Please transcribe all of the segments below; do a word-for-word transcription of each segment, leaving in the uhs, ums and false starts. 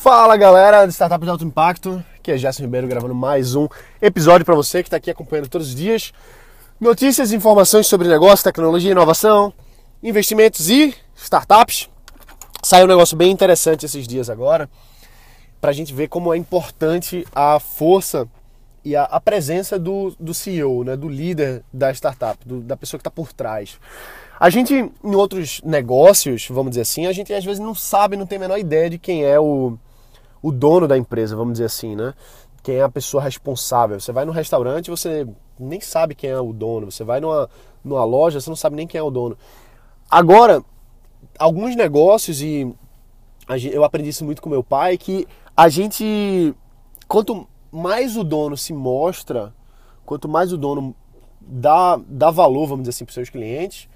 Fala galera de Startup de Alto Impacto, aqui é Gerson Ribeiro gravando mais um episódio para você que está aqui acompanhando todos os dias. Notícias e informações sobre negócio, tecnologia, inovação, investimentos e startups. Saiu um negócio bem interessante esses dias agora, para a gente ver como é importante a força e a, a presença do, do C E O, né, do líder da startup, do, da pessoa que está por trás. A gente, em outros negócios, vamos dizer assim, a gente às vezes não sabe, não tem a menor ideia de quem é o, o dono da empresa, vamos dizer assim, né? Quem é a pessoa responsável. Você vai num restaurante, você nem sabe quem é o dono. Você vai numa, numa loja, você não sabe nem quem é o dono. Agora, alguns negócios, e eu aprendi isso muito com meu pai, que a gente, quanto mais o dono se mostra, quanto mais o dono dá, dá valor, vamos dizer assim, para os seus clientes,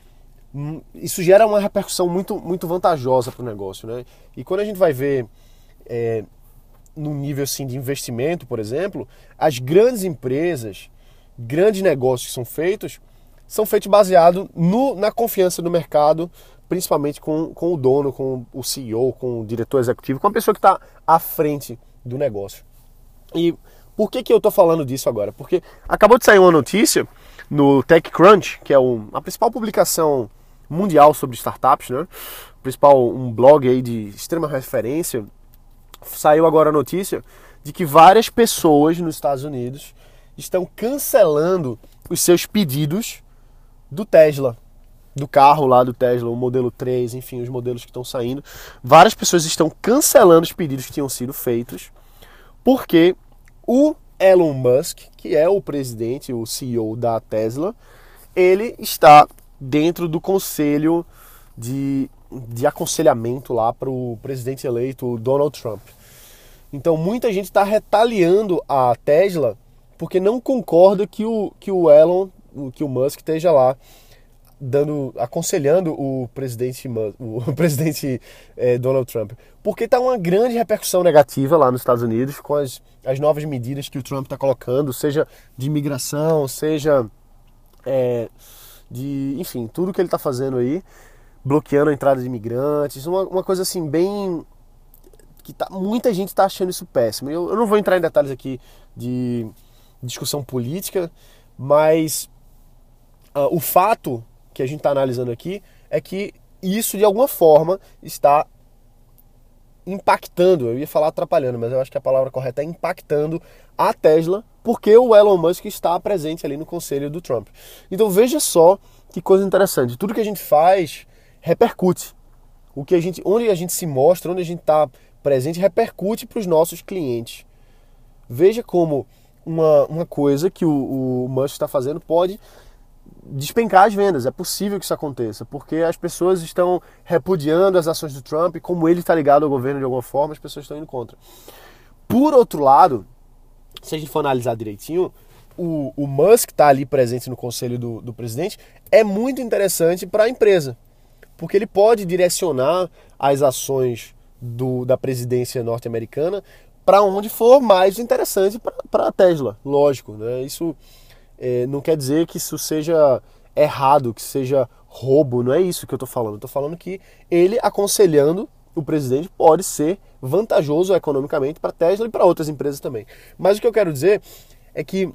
isso gera uma repercussão muito, muito vantajosa para o negócio, né? E quando a gente vai ver é, no nível assim, de investimento, por exemplo, as grandes empresas, grandes negócios que são feitos, são feitos baseados no, na confiança do mercado, principalmente com, com o dono, com o C E O, com o diretor executivo, com a pessoa que está à frente do negócio. E por que, que eu estou falando disso agora? Porque acabou de sair uma notícia no TechCrunch, que é um, a principal publicação mundial sobre startups, né? O principal, um blog aí de extrema referência. Saiu agora a notícia de que várias pessoas nos Estados Unidos estão cancelando os seus pedidos do Tesla, do carro lá do Tesla, o modelo três, enfim, os modelos que estão saindo. Várias pessoas estão cancelando os pedidos que tinham sido feitos porque o Elon Musk, que é o presidente, o C E O da Tesla, ele está dentro do conselho de, de aconselhamento lá para o presidente eleito Donald Trump. Então muita gente está retaliando a Tesla porque não concorda que o, que o Elon, que o Musk esteja lá dando, aconselhando o presidente, o presidente eh, Donald Trump. Porque está uma grande repercussão negativa lá nos Estados Unidos com as, as novas medidas que o Trump está colocando, seja de imigração, seja é, de, enfim, tudo que ele está fazendo aí, bloqueando a entrada de imigrantes, uma, uma coisa assim bem... que tá, muita gente está achando isso péssimo. Eu, eu não vou entrar em detalhes aqui de discussão política, mas uh, o fato que a gente está analisando aqui é que isso de alguma forma está impactando, eu ia falar atrapalhando, mas eu acho que a palavra correta é impactando a Tesla, porque o Elon Musk está presente ali no conselho do Trump. Então veja só que coisa interessante, tudo que a gente faz repercute. O que a gente, onde a gente se mostra, onde a gente está presente, repercute para os nossos clientes. Veja como uma, uma coisa que o, o Musk está fazendo pode despencar as vendas. É possível que isso aconteça, porque as pessoas estão repudiando as ações do Trump e como ele está ligado ao governo de alguma forma, as pessoas estão indo contra. Por outro lado, se a gente for analisar direitinho, o, o Musk está ali presente no conselho do, do presidente é muito interessante para a empresa, porque ele pode direcionar as ações do, da presidência norte-americana para onde for mais interessante para a Tesla, lógico, né? Isso é, não quer dizer que isso seja errado, que seja roubo, não é isso que eu estou falando. Eu estou falando que ele aconselhando o presidente pode ser vantajoso economicamente para a Tesla e para outras empresas também. Mas o que eu quero dizer é que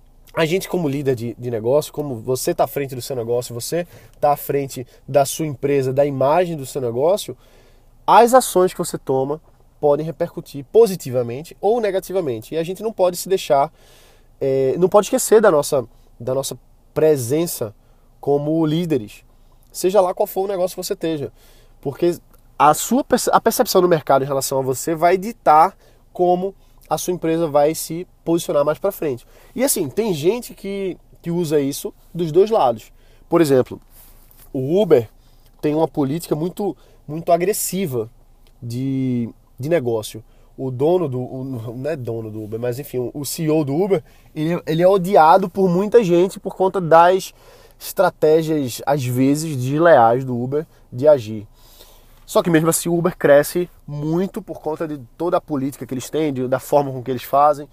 a gente, como líder de, de negócio, como você está à frente do seu negócio, você está à frente da sua empresa, da imagem do seu negócio, as ações que você toma podem repercutir positivamente ou negativamente. E a gente não pode se deixar, é, não pode esquecer da nossa, da nossa presença como líderes, seja lá qual for o negócio que você esteja. Porque a, sua, a percepção do mercado em relação a você vai ditar como a sua empresa vai se posicionar mais para frente. E assim, tem gente que, que usa isso dos dois lados. Por exemplo, o Uber tem uma política muito, muito agressiva de, de negócio. O dono do... O, não é dono do Uber, mas enfim, o C E O do Uber, ele, ele é odiado por muita gente por conta das estratégias, às vezes, desleais do Uber de agir. Só que mesmo assim o Uber cresce muito por conta de toda a política que eles têm, de, da forma com que eles fazem.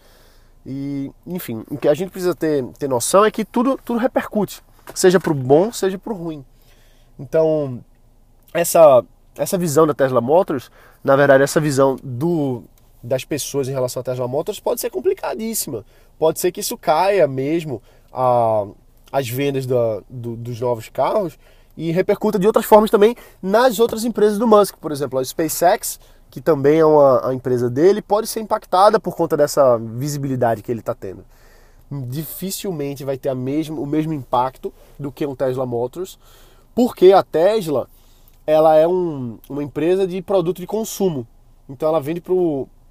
E, enfim, o que a gente precisa ter, ter noção é que tudo, tudo repercute, seja para o bom, seja para o ruim. Então, essa, essa visão da Tesla Motors, na verdade, essa visão do, das pessoas em relação à Tesla Motors pode ser complicadíssima. Pode ser que isso caia mesmo a, as vendas da, do, dos novos carros e repercuta de outras formas também nas outras empresas do Musk. Por exemplo, a SpaceX, que também é uma, a empresa dele, pode ser impactada por conta dessa visibilidade que ele está tendo. Dificilmente vai ter a mesmo, o mesmo impacto do que um Tesla Motors, porque a Tesla ela é um, uma empresa de produto de consumo. Então ela vende para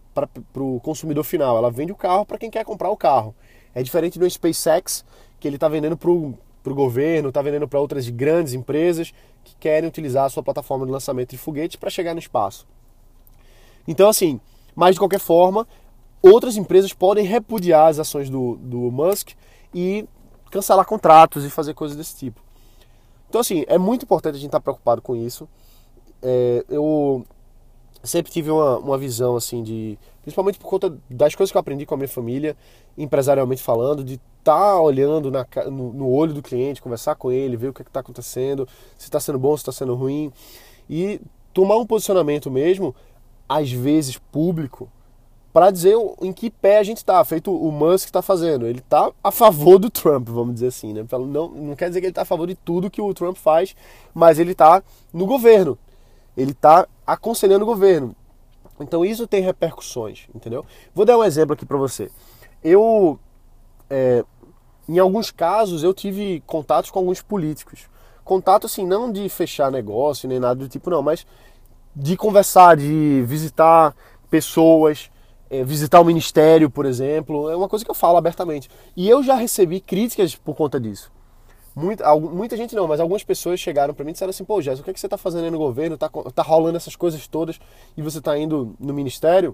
o consumidor final, ela vende o carro para quem quer comprar o carro. É diferente do SpaceX, que ele está vendendo para o governo, está vendendo para outras grandes empresas que querem utilizar a sua plataforma de lançamento de foguetes para chegar no espaço. Então assim, mas de qualquer forma, outras empresas podem repudiar as ações do, do Musk e cancelar contratos e fazer coisas desse tipo. Então assim, é muito importante a gente estar preocupado com isso. É, eu sempre tive uma, uma visão assim de, principalmente por conta das coisas que eu aprendi com a minha família, empresarialmente falando, de estar tá olhando na, no, no olho do cliente, conversar com ele, ver o que está acontecendo, se está sendo bom, se está sendo ruim, e tomar um posicionamento mesmo, às vezes público, para dizer em que pé a gente está, feito o Musk está fazendo. Ele está a favor do Trump, vamos dizer assim, né? Não, não quer dizer que ele está a favor de tudo que o Trump faz, mas ele está no governo. Ele está aconselhando o governo. Então isso tem repercussões, entendeu? Vou dar um exemplo aqui para você. Eu, é, em alguns casos, eu tive contatos com alguns políticos. Contato, assim, não de fechar negócio, nem nada do tipo, não, mas de conversar, de visitar pessoas, é, visitar o ministério, por exemplo. É uma coisa que eu falo abertamente. E eu já recebi críticas por conta disso. Muita, muita gente não, mas algumas pessoas chegaram para mim e disseram assim: pô, Jéssica, o que, é que você está fazendo aí no governo? Tá, tá rolando essas coisas todas e você está indo no ministério?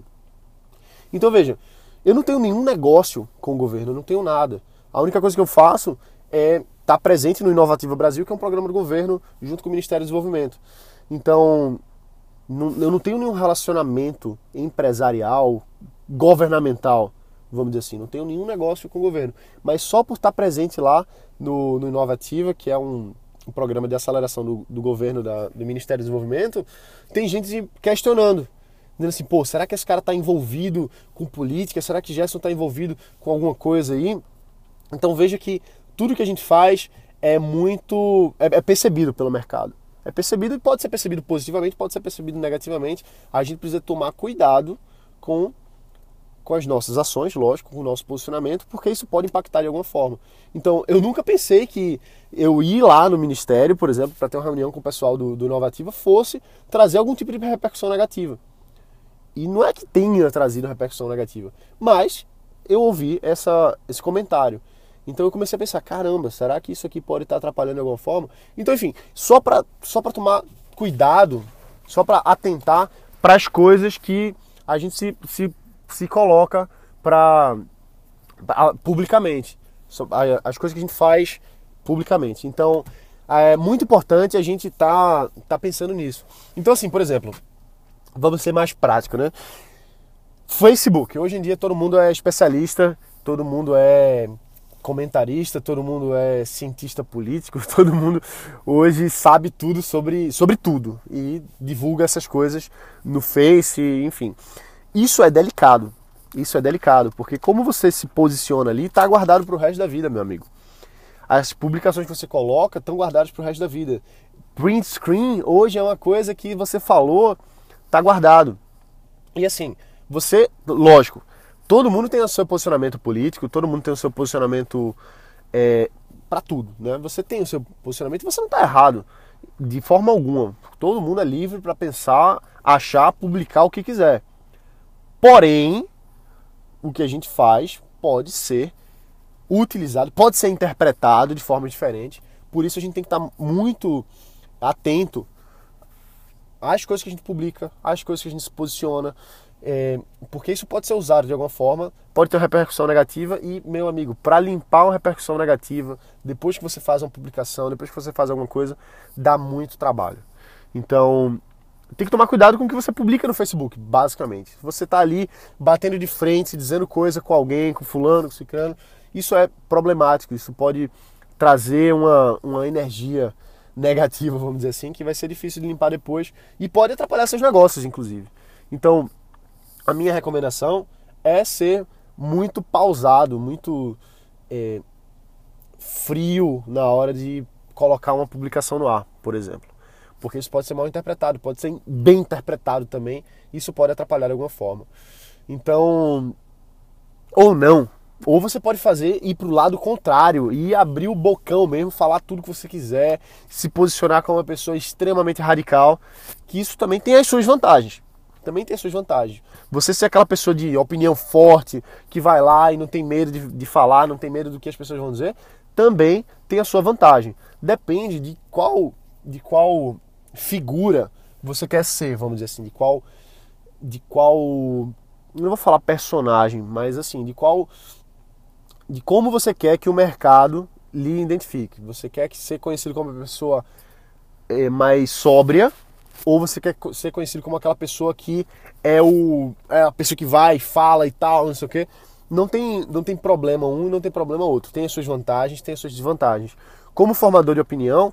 Então veja, eu não tenho nenhum negócio com o governo, eu não tenho nada. A única coisa que eu faço é estar tá presente no Inovativa Brasil, que é um programa do governo junto com o Ministério do Desenvolvimento. Então, não, eu não tenho nenhum relacionamento empresarial, governamental, vamos dizer assim, não tenho nenhum negócio com o governo, mas só por estar presente lá no, no Inovativa, que é um, um programa de aceleração do, do governo, da, do Ministério do Desenvolvimento, tem gente questionando, dizendo assim: pô, será que esse cara está envolvido com política? Será que Gerson está envolvido com alguma coisa aí? Então veja que tudo que a gente faz é muito, é, é percebido pelo mercado. É percebido e pode ser percebido positivamente, pode ser percebido negativamente. A gente precisa tomar cuidado com com as nossas ações, lógico, com o nosso posicionamento, porque isso pode impactar de alguma forma. Então, eu nunca pensei que eu ir lá no Ministério, por exemplo, para ter uma reunião com o pessoal do, do Inovativa, fosse trazer algum tipo de repercussão negativa. E não é que tenha trazido repercussão negativa, mas eu ouvi essa, esse comentário. Então eu comecei a pensar: caramba, será que isso aqui pode estar atrapalhando de alguma forma? Então, enfim, só para só para tomar cuidado, só para atentar para as coisas que a gente se... se se coloca para publicamente, as coisas que a gente faz publicamente. Então é muito importante a gente tá, tá pensando nisso. Então assim, por exemplo, vamos ser mais prático, né? Facebook, hoje em dia todo mundo é especialista, todo mundo é comentarista, todo mundo é cientista político, todo mundo hoje sabe tudo sobre, sobre tudo e divulga essas coisas no Face, enfim. Isso é delicado, isso é delicado, porque como você se posiciona ali, está guardado para o resto da vida, meu amigo. As publicações que você coloca estão guardadas para o resto da vida. Print screen hoje é uma coisa que você falou, está guardado. E assim, você, lógico, todo mundo tem o seu posicionamento político, todo mundo tem o seu posicionamento é, para tudo, né? Você tem o seu posicionamento e você não está errado, de forma alguma. Todo mundo é livre para pensar, achar, publicar o que quiser. Porém, o que a gente faz pode ser utilizado, pode ser interpretado de forma diferente. Por isso a gente tem que estar muito atento às coisas que a gente publica, às coisas que a gente se posiciona, é, porque isso pode ser usado de alguma forma, pode ter uma repercussão negativa. E, meu amigo, para limpar uma repercussão negativa, depois que você faz uma publicação, depois que você faz alguma coisa, dá muito trabalho. Então, tem que tomar cuidado com o que você publica no Facebook, basicamente. Se você está ali batendo de frente, dizendo coisa com alguém, com fulano, com ciclano, isso é problemático, isso pode trazer uma, uma energia negativa, vamos dizer assim, que vai ser difícil de limpar depois e pode atrapalhar seus negócios, inclusive. Então, a minha recomendação é ser muito pausado, muito é, frio na hora de colocar uma publicação no ar, por exemplo. Porque isso pode ser mal interpretado, pode ser bem interpretado também, isso pode atrapalhar de alguma forma. Então, ou não, ou você pode fazer ir para o lado contrário e abrir o bocão mesmo, falar tudo que você quiser, se posicionar como uma pessoa extremamente radical, que isso também tem as suas vantagens. Também tem as suas vantagens. Você ser aquela pessoa de opinião forte, que vai lá e não tem medo de, de falar, não tem medo do que as pessoas vão dizer, também tem a sua vantagem. Depende de qual, de qual figura você quer ser, vamos dizer assim, de qual, de qual, não vou falar personagem, mas assim, de qual, de como você quer que o mercado lhe identifique. Você quer que ser conhecido como uma pessoa é, mais sóbria, ou você quer ser conhecido como aquela pessoa que é, o, é a pessoa que vai, fala e tal, não sei o quê. Não tem, não tem problema um e não tem problema outro. Tem as suas vantagens, tem as suas desvantagens. Como formador de opinião,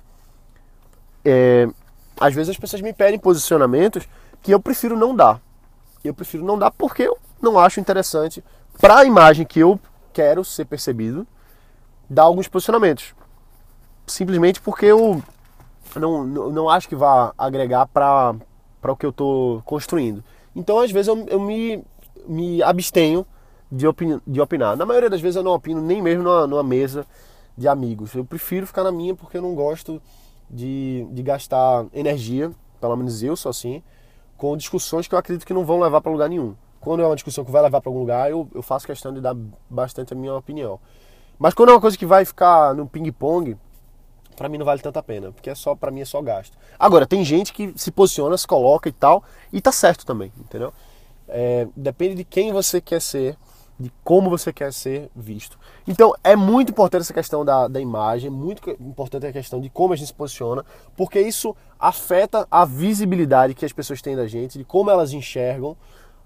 é, às vezes as pessoas me pedem posicionamentos que eu prefiro não dar. Eu prefiro não dar porque eu não acho interessante, para a imagem que eu quero ser percebido, dar alguns posicionamentos. Simplesmente porque eu não, não, não acho que vá agregar para o que eu estou construindo. Então, às vezes, eu, eu me, me abstenho de, opini, de opinar. Na maioria das vezes, eu não opino nem mesmo numa, numa mesa de amigos. Eu prefiro ficar na minha porque eu não gosto de, de gastar energia, pelo menos eu sou assim, com discussões que eu acredito que não vão levar para lugar nenhum. Quando é uma discussão que vai levar para algum lugar, eu, eu faço questão de dar bastante a minha opinião. Mas quando é uma coisa que vai ficar no ping-pong, pra mim não vale tanta pena, porque é só, pra mim é só gasto. Agora, tem gente que se posiciona, se coloca e tal, e tá certo também, entendeu? É, depende de quem você quer ser, de como você quer ser visto. Então, é muito importante essa questão da, da imagem, muito importante a questão de como a gente se posiciona, porque isso afeta a visibilidade que as pessoas têm da gente, de como elas enxergam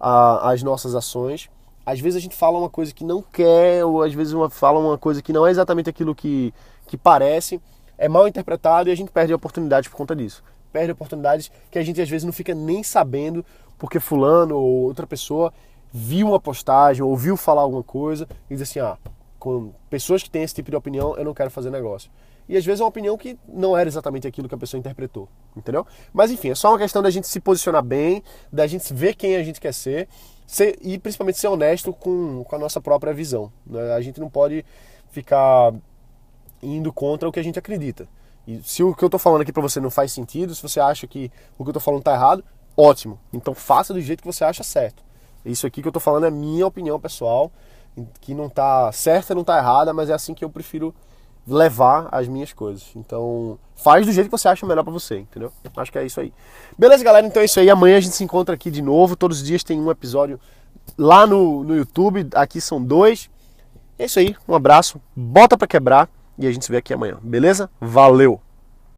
a, as nossas ações. Às vezes a gente fala uma coisa que não quer, ou às vezes uma, fala uma coisa que não é exatamente aquilo que, que parece, é mal interpretado e a gente perde oportunidades por conta disso. Perde oportunidades que a gente às vezes não fica nem sabendo porque fulano ou outra pessoa viu uma postagem, ouviu falar alguma coisa e diz assim, ah, com pessoas que têm esse tipo de opinião eu não quero fazer negócio. E às vezes é uma opinião que não era exatamente aquilo que a pessoa interpretou, entendeu? Mas enfim, é só uma questão da gente se posicionar bem, da gente ver quem a gente quer ser, ser e principalmente ser honesto com, com a nossa própria visão, né? A gente não pode ficar indo contra o que a gente acredita. E se o que eu tô falando aqui pra você não faz sentido, se você acha que o que eu tô falando tá errado, ótimo. Então faça do jeito que você acha certo. Isso aqui que eu tô falando é minha opinião pessoal, que não tá certa, não tá errada, mas é assim que eu prefiro levar as minhas coisas. Então faz do jeito que você acha melhor pra você, entendeu? Acho que é isso aí. Beleza, galera? Então é isso aí. Amanhã a gente se encontra aqui de novo. Todos os dias tem um episódio lá no, no YouTube. Aqui são dois. É isso aí. Um abraço. Bota pra quebrar. E a gente se vê aqui amanhã, beleza? Valeu!